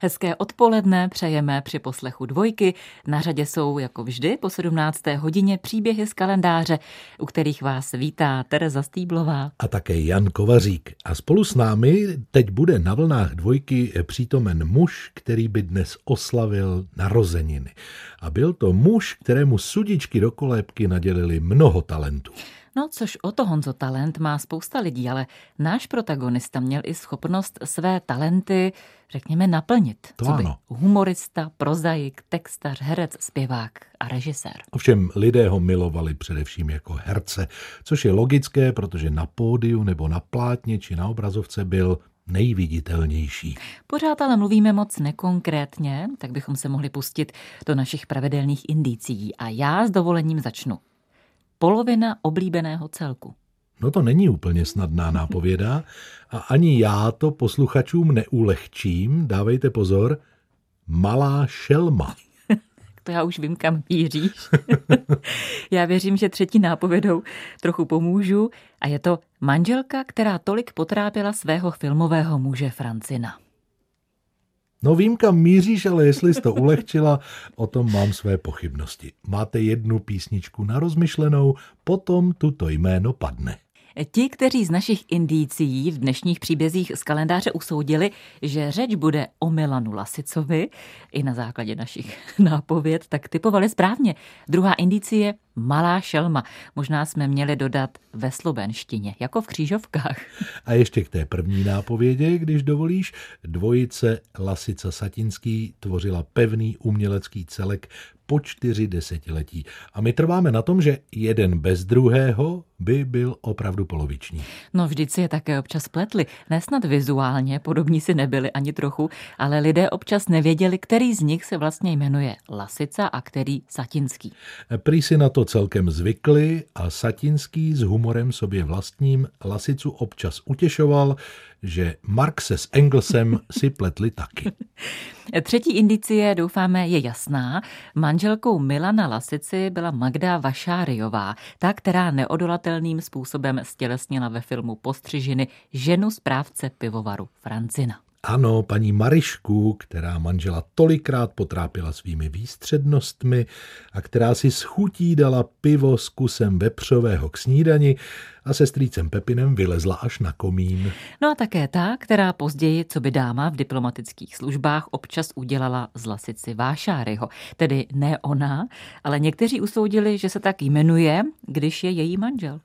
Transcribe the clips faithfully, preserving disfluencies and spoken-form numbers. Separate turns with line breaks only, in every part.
Hezké odpoledne přejeme při poslechu Dvojky. Na řadě jsou jako vždy po sedmnácté hodině příběhy z kalendáře, u kterých vás vítá Tereza Stýblová.
A také Jan Kovařík. A spolu s námi teď bude na vlnách Dvojky přítomen muž, který by dnes oslavil narozeniny. A byl to muž, kterému sudičky do kolébky nadělili mnoho talentů.
No, což o to, Honzo, talent má spousta lidí, ale náš protagonista měl i schopnost své talenty, řekněme, naplnit.
To
Co by
ano.
humorista, prozaik, textař, herec, zpěvák a režisér.
Ovšem lidé ho milovali především jako herce, což je logické, protože na pódiu nebo na plátně či na obrazovce byl nejviditelnější.
Pořád ale mluvíme moc nekonkrétně, tak bychom se mohli pustit do našich pravidelných indicií. A já s dovolením začnu. Polovina oblíbeného celku.
No to není úplně snadná nápověda a ani já to posluchačům neulehčím, dávejte pozor, malá šelma.
To já už vím, kam míříš. Já věřím, že třetí nápovědou trochu pomůžu a je to manželka, která tolik potrápila svého filmového muže Francina.
No vím, kam míříš, ale jestli jsi to ulehčila, o tom mám své pochybnosti. Máte jednu písničku na rozmyšlenou, potom tuto jméno padne.
Ti, kteří z našich indicií v dnešních příbězích z kalendáře usoudili, že řeč bude o Milanu Lasicovi, i na základě našich nápověd, tak typovali správně. Druhá indicie malá šelma. Možná jsme měli dodat ve slovenštině, jako v křížovkách.
A ještě k té první nápovědě, když dovolíš, dvojice Lasica Satinský tvořila pevný umělecký celek po čtyři desetiletí. A my trváme na tom, že jeden bez druhého by byl opravdu poloviční.
No vždyť si je také občas pletli. Nesnad vizuálně, podobní si nebyli ani trochu, ale lidé občas nevěděli, který z nich se vlastně jmenuje Lasica a který Satinský.
Prý si na to celkem zvykli a Satinský s humorem sobě vlastním Lasicu občas utěšoval, že Marxe s Engelsem si pletli taky.
Třetí indicie, doufáme, je jasná. Manželkou Milana Lasici byla Magda Vašáriová, ta, která neodolatelným způsobem stělesnila ve filmu Postřižiny ženu správce pivovaru Francina.
Ano, paní Marišku, která manžela tolikrát potrápila svými výstřednostmi a která si s chutí dala pivo s kusem vepřového k snídani a se strýcem Pepinem vylezla až na komín.
No a také ta, která později, co by dáma v diplomatických službách, občas udělala z Lasici Vášáryho. Tedy ne ona, ale někteří usoudili, že se tak jmenuje, když je její manžel.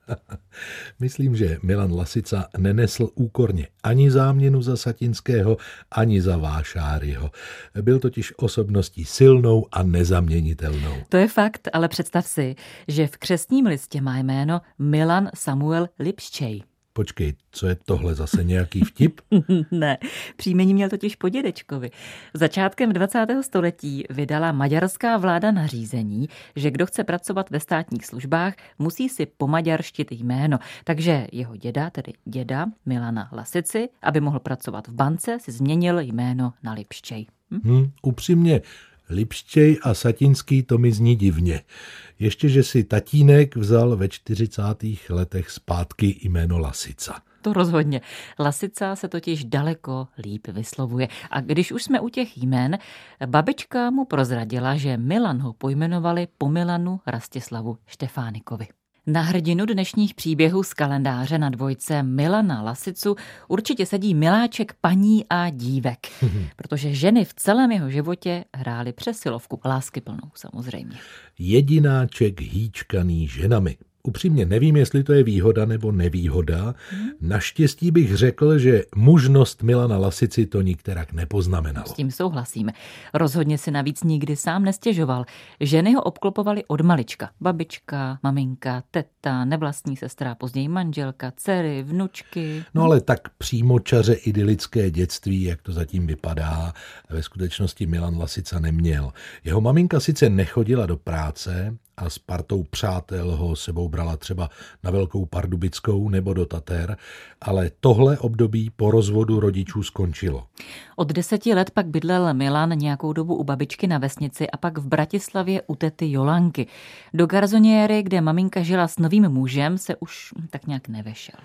Myslím, že Milan Lasica nenesl úkorně ani záměnu za Satinského, ani za Vášáryho. Byl totiž osobností silnou a nezaměnitelnou.
To je fakt, ale představ si, že v křestním listě má jméno Milan Samuel Lipščej.
Počkej, co je tohle zase nějaký vtip?
Ne, příjmení měl totiž po dědečkovi. Začátkem dvacátého století vydala maďarská vláda nařízení, že kdo chce pracovat ve státních službách, musí si pomaďarštit jméno. Takže jeho děda, tedy děda Milana Lasici, aby mohl pracovat v bance, si změnil jméno na Lipščej. Hm?
Hmm, upřímně, Lipščej a Satinský to mi zní divně. Ještě, že si tatínek vzal ve čtyřicátých letech zpátky jméno Lasica.
To rozhodně. Lasica se totiž daleko líp vyslovuje. A když už jsme u těch jmén, babička mu prozradila, že Milan ho pojmenovali po Milanu Rastislavu Štefánikovi. Na hrdinu dnešních příběhů z kalendáře na dvojce Milana Lasicu určitě sedí miláček paní a dívek, protože ženy v celém jeho životě hrály přesilovku, láskyplnou samozřejmě.
Jedináček hýčkaný ženami. Upřímně nevím, jestli to je výhoda nebo nevýhoda. Naštěstí bych řekl, že mužnost Milana Lasici to nikterak nepoznamenalo.
S tím souhlasíme. Rozhodně si navíc nikdy sám nestěžoval. Ženy ho obklopovaly od malička. Babička, maminka, teta, nevlastní sestra, později manželka, dcery, vnučky.
No ale tak přímočaře idylické dětství, jak to zatím vypadá, ve skutečnosti Milan Lasica neměl. Jeho maminka sice nechodila do práce a s partou přátel ho sebou brala třeba na Velkou Pardubickou nebo do Tater, ale tohle období po rozvodu rodičů skončilo.
Od deseti let pak bydlel Milan nějakou dobu u babičky na vesnici a pak v Bratislavě u tety Jolanky. Do garzoniéry, kde maminka žila s novým mužem, se už tak nějak nevešel.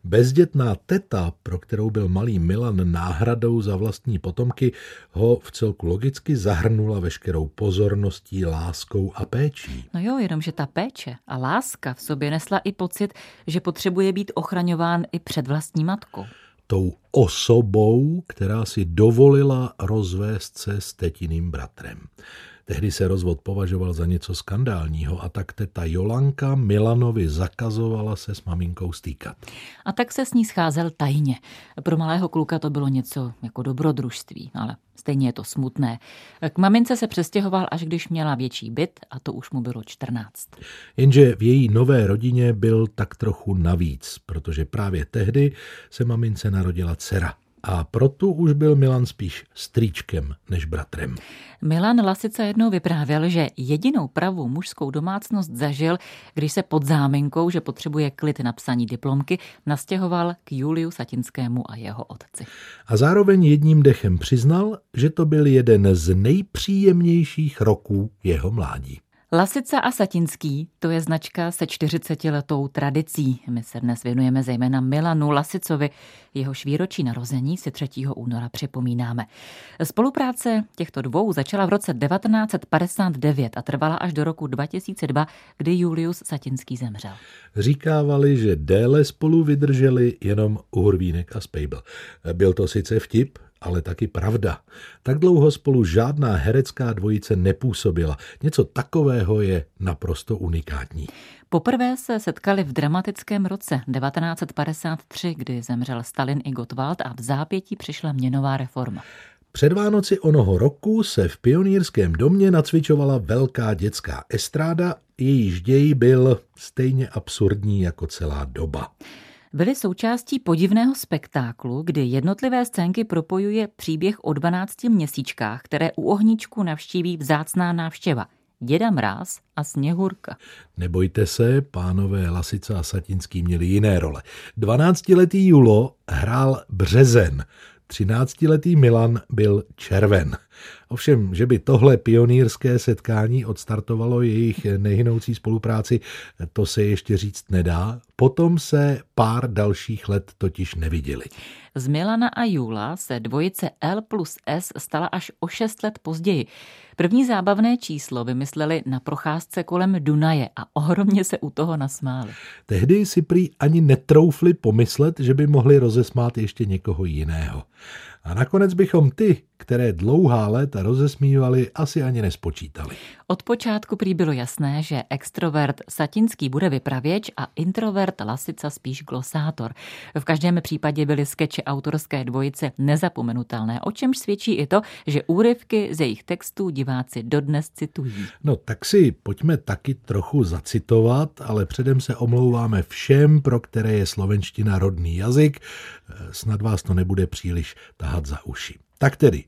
Bezdětná teta, pro kterou byl malý Milan náhradou za vlastní potomky, ho v celku logicky zahrnula veškerou pozorností, láskou a péčí.
No jo, jenomže ta péče a láska v sobě nesla i pocit, že potřebuje být ochraňován i před vlastní matkou.
Tou osobou, která si dovolila rozvést se s tetiným bratrem. Tehdy se rozvod považoval za něco skandálního a tak teta Jolanka Milanovi zakazovala se s maminkou stýkat.
A tak se s ní scházel tajně. Pro malého kluka to bylo něco jako dobrodružství, ale stejně je to smutné. K mamince se přestěhoval, až když měla větší byt a to už mu bylo čtrnáct.
Jenže v její nové rodině byl tak trochu navíc, protože právě tehdy se mamince narodila dcera. A proto už byl Milan spíš strýčkem než bratrem.
Milan Lasica jednou vyprávěl, že jedinou pravou mužskou domácnost zažil, když se pod záminkou, že potřebuje klid na psaní diplomky, nastěhoval k Juliu Satinskému a jeho otci.
A zároveň jedním dechem přiznal, že to byl jeden z nejpříjemnějších roků jeho mládí.
Lasica a Satinský, to je značka se čtyřicetiletou tradicí. My se dnes věnujeme zejména Milanu Lasicovi. Jehož výročí narození si třetího února připomínáme. Spolupráce těchto dvou začala v roce devatenáct set padesát devět a trvala až do roku dva tisíce dva, kdy Julius Satinský zemřel.
Říkávali, že déle spolu vydrželi jenom Hurvínek a Spejbl. Byl to sice vtip, ale taky pravda. Tak dlouho spolu žádná herecká dvojice nepůsobila. Něco takového je naprosto unikátní.
Poprvé se setkali v dramatickém roce devatenáct set padesát tři, kdy zemřel Stalin i Gottwald a v zápětí přišla měnová reforma.
Před Vánoci onoho roku se v Pionýrském domě nacvičovala velká dětská estráda, jejíž děj byl stejně absurdní jako celá doba.
Byly součástí podivného spektáklu, kdy jednotlivé scénky propojuje příběh o dvanácti měsíčkách, které u ohníčku navštíví vzácná návštěva. Děda Mráz a Sněhurka.
Nebojte se, pánové Lasica a Satinský měli jiné role. dvanáctiletý Julo hrál Březen, třináctiletý Milan byl Červen. Ovšem, že by tohle pionýrské setkání odstartovalo jejich nehynoucí spolupráci, to se ještě říct nedá. Potom se pár dalších let totiž neviděli.
Z Milana a Jula se dvojice L plus S stala až o šest let později. První zábavné číslo vymysleli na procházce kolem Dunaje a ohromně se u toho nasmáli.
Tehdy si prý ani netroufli pomyslet, že by mohli rozesmát ještě někoho jiného. A nakonec bychom ty, které dlouhá léta rozesmívali, asi ani nespočítali.
Od počátku prý bylo jasné, že extrovert Satinský bude vypravěč a introvert Lasica spíš glosátor. V každém případě byly skeče autorské dvojice nezapomenutelné, o čemž svědčí i to, že úryvky z jejich textů diváci dodnes citují.
No tak si pojďme taky trochu zacitovat, ale předem se omlouváme všem, pro které je slovenština rodný jazyk. Snad vás to nebude příliš tahat za uši. Tak tedy,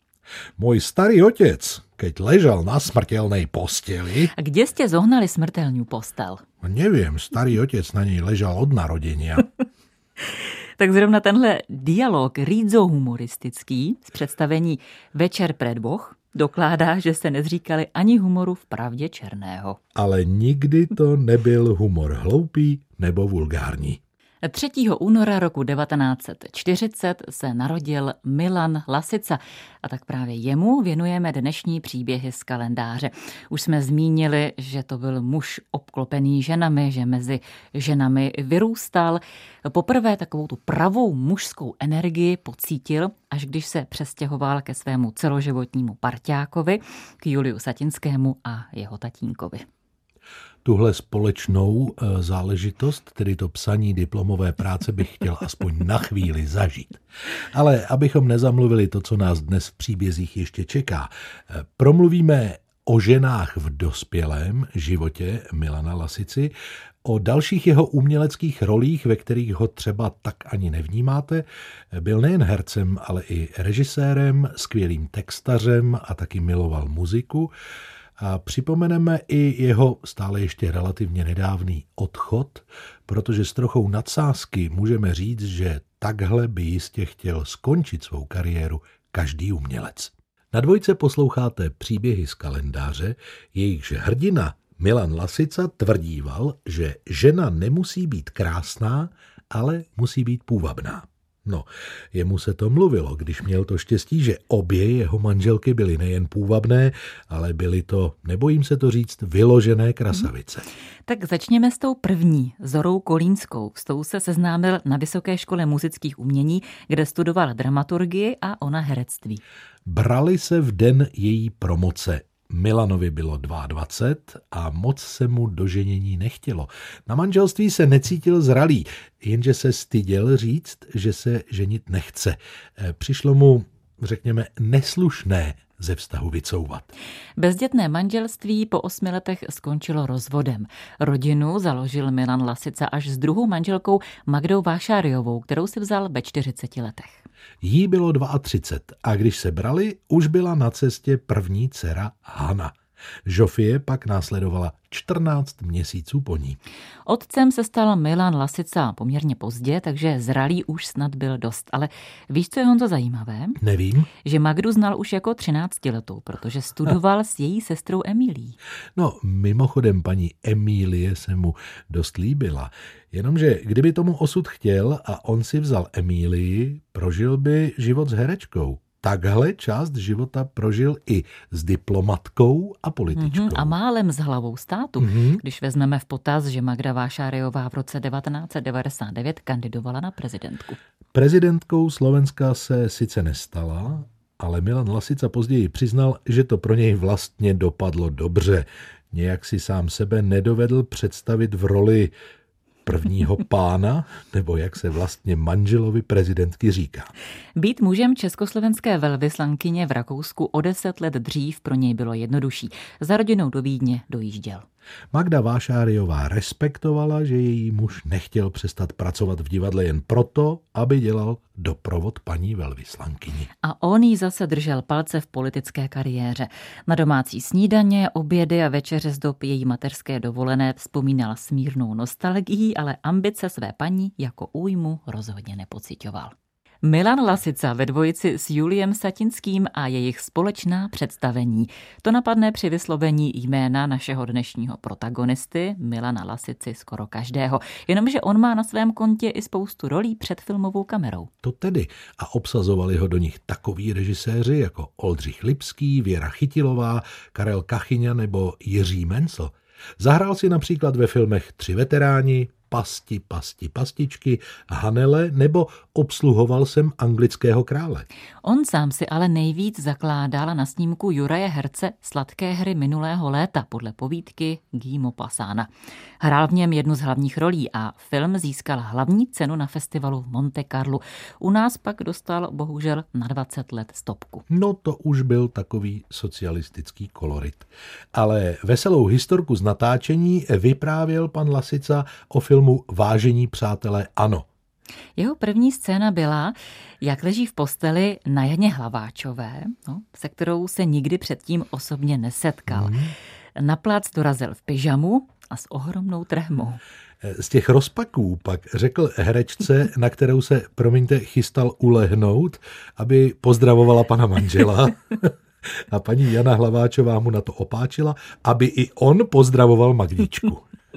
môj starý otec, keď ležal na smrteľnej posteli...
A kde ste zohnali smrteľnú postel?
Neviem, starý otec na nej ležal od narodenia.
Tak zrovna tenhle dialog rídzo-humoristický z představení Večer pre dvoch dokládá, že se nezříkali ani humoru v pravdě černého.
Ale nikdy to nebyl humor hloupý nebo vulgární.
třetího února roku devatenáct set čtyřicet se narodil Milan Lasica a tak právě jemu věnujeme dnešní příběhy z kalendáře. Už jsme zmínili, že to byl muž obklopený ženami, že mezi ženami vyrůstal. Poprvé takovou tu pravou mužskou energii pocítil, až když se přestěhoval ke svému celoživotnímu parťákovi, k Juliu Satinskému a jeho tatínkovi.
Tuhle společnou záležitost, tedy to psaní diplomové práce, bych chtěl aspoň na chvíli zažít. Ale abychom nezamluvili to, co nás dnes v příbězích ještě čeká, promluvíme o ženách v dospělém životě Milana Lasici, o dalších jeho uměleckých rolích, ve kterých ho třeba tak ani nevnímáte. Byl nejen hercem, ale i režisérem, skvělým textařem a taky miloval muziku. A připomeneme i jeho stále ještě relativně nedávný odchod, protože s trochou nadsázky můžeme říct, že takhle by jistě chtěl skončit svou kariéru každý umělec. Na dvojce posloucháte příběhy z kalendáře, jejichž hrdina Milan Lasica tvrdíval, že žena nemusí být krásná, ale musí být půvabná. No, jemu se to mluvilo, když měl to štěstí, že obě jeho manželky byly nejen půvabné, ale byly to, nebojím se to říct, vyložené krasavice.
Hmm. Tak začněme s tou první, Zorou Kolínskou. S tou se seznámil na Vysoké škole múzických umění, kde studoval dramaturgii a ona herectví.
Brali se v den její promoce. Milanovi bylo dvacet dva a moc se mu do ženění nechtělo. Na manželství se necítil zralý, jenže se styděl říct, že se ženit nechce. Přišlo mu, řekněme, neslušné ze vztahu vycouvat.
Bezdětné manželství po osmi letech skončilo rozvodem. Rodinu založil Milan Lasica až s druhou manželkou Magdou Vášáriovou, kterou si vzal ve čtyřiceti letech.
Jí bylo třicet dva a když se brali, už byla na cestě první dcera Hana. Žofie pak následovala čtrnáct měsíců po ní.
Otcem se stal Milan Lasica poměrně pozdě, takže zralý už snad byl dost. Ale víš, co je Honzo zajímavé?
Nevím.
Že Magdu znal už jako třináctiletou, protože studoval ha. s její sestrou Emílií.
No, mimochodem paní Emílie se mu dost líbila. Jenomže kdyby tomu osud chtěl a on si vzal Emílii, prožil by život s herečkou. Takhle část života prožil i s diplomatkou a političkou.
Mm-hmm, a málem s hlavou státu, mm-hmm. když vezmeme v potaz, že Magda Vášáriová v roce devatenáct set devadesát devět kandidovala na prezidentku.
Prezidentkou Slovenska se sice nestala, ale Milan Lasica později přiznal, že to pro něj vlastně dopadlo dobře. Nějak si sám sebe nedovedl představit v roli prvního pána, nebo jak se vlastně manželovi prezidentky říká.
Být mužem československé velvyslankyně v Rakousku o deset let dřív pro něj bylo jednodušší. Za rodinou do Vídně dojížděl.
Magda Vášáriová respektovala, že její muž nechtěl přestat pracovat v divadle jen proto, aby dělal doprovod paní velvyslankyni.
A on jí zase držel palce v politické kariéře. Na domácí snídaně, obědy a večeře z dob její mateřské dovolené vzpomínala s mírnou nostalgií, ale ambice své paní jako újmu rozhodně nepociťoval. Milan Lasica ve dvojici s Juliem Satinským a jejich společná představení. To napadne při vyslovení jména našeho dnešního protagonisty, Milana Lasici, skoro každého. Jenomže on má na svém kontě i spoustu rolí před filmovou kamerou.
To tedy. A obsazovali ho do nich takoví režiséři jako Oldřich Lipský, Věra Chytilová, Karel Kachyňa nebo Jiří Mencl. Zahrál si například ve filmech Tři veteráni, Pasti, pasti, pastičky, Hanele nebo Obsluhoval jsem anglického krále.
On sám si ale nejvíc zakládal na snímku Juraje Herce Sladké hry minulého léta podle povídky Guy Maupassana. Hrál v něm jednu z hlavních rolí a film získal hlavní cenu na festivalu v Monte Carlu. U nás pak dostal bohužel na dvacet let stopku.
No to už byl takový socialistický kolorit. Ale veselou historku z natáčení vyprávěl pan Lasica o filmu Vážení přátelé, ano.
Jeho první scéna byla, jak leží v posteli na Janě Hlaváčové, no, se kterou se nikdy předtím osobně nesetkal. Hmm. Na plác dorazil v pyžamu a s ohromnou trhmou.
Z těch rozpaků pak řekl herečce, na kterou se, promiňte, chystal ulehnout, aby pozdravovala pana manžela. A paní Jana Hlaváčová mu na to opáčila, aby i on pozdravoval Magdičku.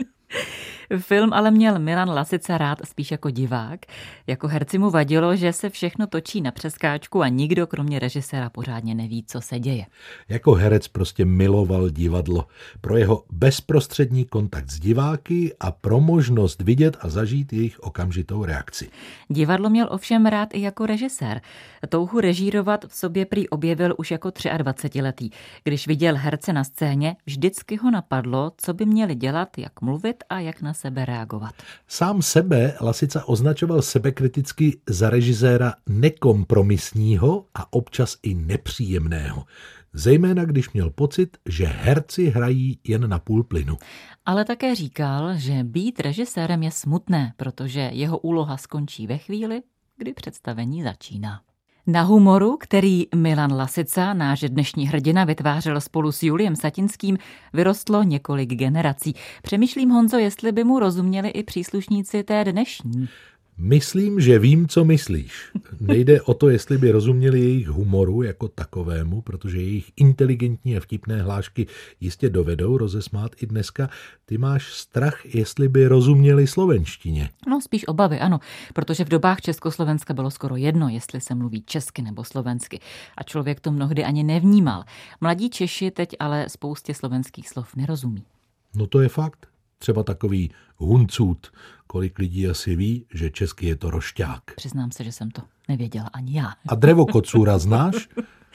Film ale měl Milan Lasica rád spíš jako divák. Jako herci mu vadilo, že se všechno točí na přeskáčku a nikdo kromě režiséra pořádně neví, co se děje.
Jako herec prostě miloval divadlo. Pro jeho bezprostřední kontakt s diváky a pro možnost vidět a zažít jejich okamžitou reakci.
Divadlo měl ovšem rád i jako režisér. Touhu režírovat v sobě prý objevil už jako dvacetiletý. Když viděl herce na scéně, vždycky ho napadlo, co by měli dělat, jak mluvit a jak na sebe reagovat.
Sám sebe Lasica označoval sebekriticky za režiséra nekompromisního a občas i nepříjemného. Zejména když měl pocit, že herci hrají jen na půl plynu.
Ale také říkal, že být režisérem je smutné, protože jeho úloha skončí ve chvíli, kdy představení začíná. Na humoru, který Milan Lasica, náš dnešní hrdina, vytvářel spolu s Juliem Satinským, vyrostlo několik generací. Přemýšlím, Honzo, jestli by mu rozuměli i příslušníci té dnešní.
Myslím, že vím, co myslíš. Nejde o to, jestli by rozuměli jejich humoru jako takovému, protože jejich inteligentní a vtipné hlášky jistě dovedou rozesmát i dneska. Ty máš strach, jestli by rozuměli slovenštině.
No, spíš obavy, ano, protože v dobách Československa bylo skoro jedno, jestli se mluví česky nebo slovensky. A člověk to mnohdy ani nevnímal. Mladí Češi teď ale spoustě slovenských slov nerozumí.
No to je fakt. Třeba takový huncút. Kolik lidí asi ví, že česky je to rošťák.
Přiznám se, že jsem to nevěděla ani já.
A drevokocůra znáš?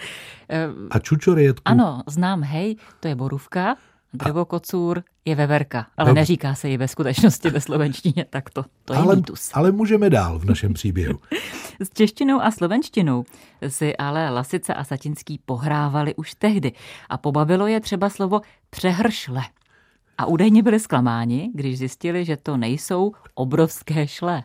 A čučorětku?
Ano, znám, hej, to je borůvka, drevokocůr je veverka, ale
Dobře.
Neříká se ji ve skutečnosti ve slovenštině takto. To je
ale,
mýtus.
ale můžeme dál v našem příběhu.
S češtinou a slovenštinou si ale Lasica a Satinský pohrávali už tehdy a pobavilo je třeba slovo přehršle. A údajně byli zklamáni, když zjistili, že to nejsou obrovské šle.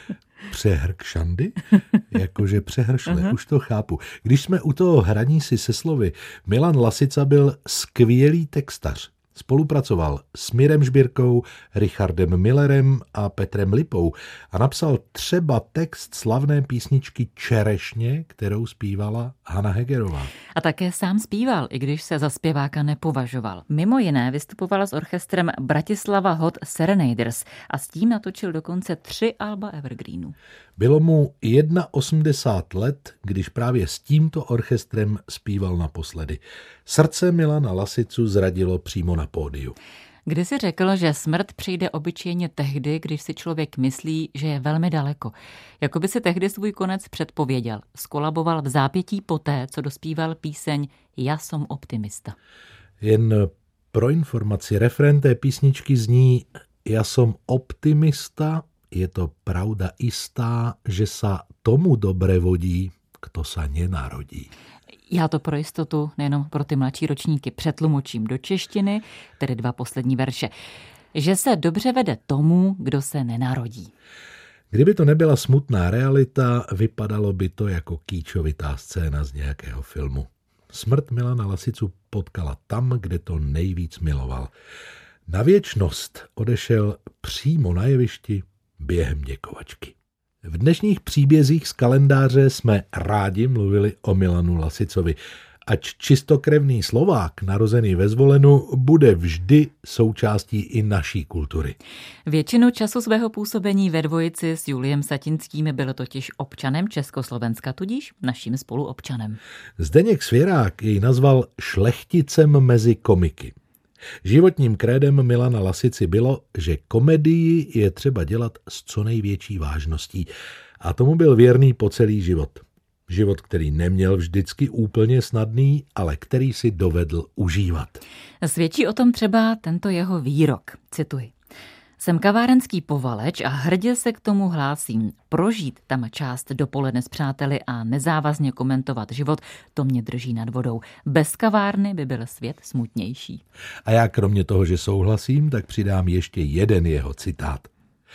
Přehrkšandy? Jakože přehršle, uh-huh. Už to chápu. Když jsme u toho hraní si se slovy, Milan Lasica byl skvělý textař. Spolupracoval s Mirem Žbírkou, Richardem Millerem a Petrem Lipou a napsal třeba text slavné písničky Čerešně, kterou zpívala Hana Hegerová.
A také sám zpíval, i když se za zpěváka nepovažoval. Mimo jiné vystupoval s orchestrem Bratislava Hot Serenaders a s tím natočil dokonce tři alba evergreenu.
Bylo mu osmdesát jedna let, když právě s tímto orchestrem zpíval naposledy. Srdce Milana Lasicu zradilo přímo na pódiu.
Kdy si řekl, že smrt přijde obyčejně tehdy, když si člověk myslí, že je velmi daleko. Jakoby si tehdy svůj konec předpověděl. Skolaboval v zápětí poté, co dospíval píseň Já som optimista.
Jen pro informaci, refrén té písničky zní Já som optimista, je to pravda istá, že sa tomu dobre vodí, kto sa nenarodí.
Já to pro jistotu, nejenom pro ty mladší ročníky, přetlumočím do češtiny, tedy dva poslední verše. Že se dobře vede tomu, kdo se nenarodí.
Kdyby to nebyla smutná realita, vypadalo by to jako kýčovitá scéna z nějakého filmu. Smrt Milana Lasicu potkala tam, kde to nejvíc miloval. Na věčnost odešel přímo na jevišti během děkovačky. V dnešních příbězích z kalendáře jsme rádi mluvili o Milanu Lasicovi. Ač čistokrevný Slovák, narozený ve Zvolenu, bude vždy součástí i naší kultury.
Většinu času svého působení ve dvojici s Juliem Satinským byl totiž občanem Československa, tudíž naším spoluobčanem.
Zdeněk Svěrák jej nazval šlechticem mezi komiky. Životním krédem Milana Lasici bylo, že komedii je třeba dělat s co největší vážností. A tomu byl věrný po celý život. Život, který neměl vždycky úplně snadný, ale který si dovedl užívat.
Svědčí o tom třeba tento jeho výrok. Cituji. Jsem kavárenský povaleč a hrdě se k tomu hlásím. Prožít tam část dopoledne s přáteli a nezávazně komentovat život, to mě drží nad vodou. Bez kavárny by byl svět smutnější.
A já kromě toho, že souhlasím, tak přidám ještě jeden jeho citát.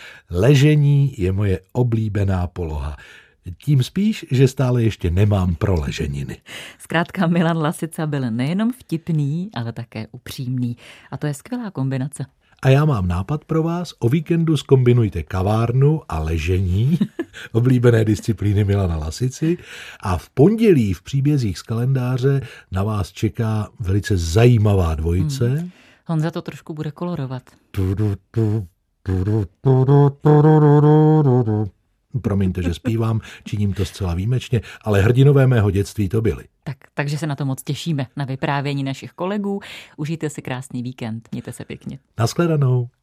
Ležení je moje oblíbená poloha. Tím spíš, že stále ještě nemám pro leženiny.
Zkrátka Milan Lasica byl nejenom vtipný, ale také upřímný. A to je skvělá kombinace.
A já mám nápad pro vás. O víkendu zkombinujte kavárnu a ležení, oblíbené disciplíny Milana Lasici. A v pondělí v příbězích z kalendáře na vás čeká velice zajímavá dvojice. Hmm.
Honza to trošku bude kolorovat.
Promiňte, že zpívám, činím to zcela výjimečně, ale hrdinové mého dětství to byli.
Tak, takže se na to moc těšíme, na vyprávění našich kolegů. Užijte si krásný víkend, mějte se pěkně.
Naschledanou.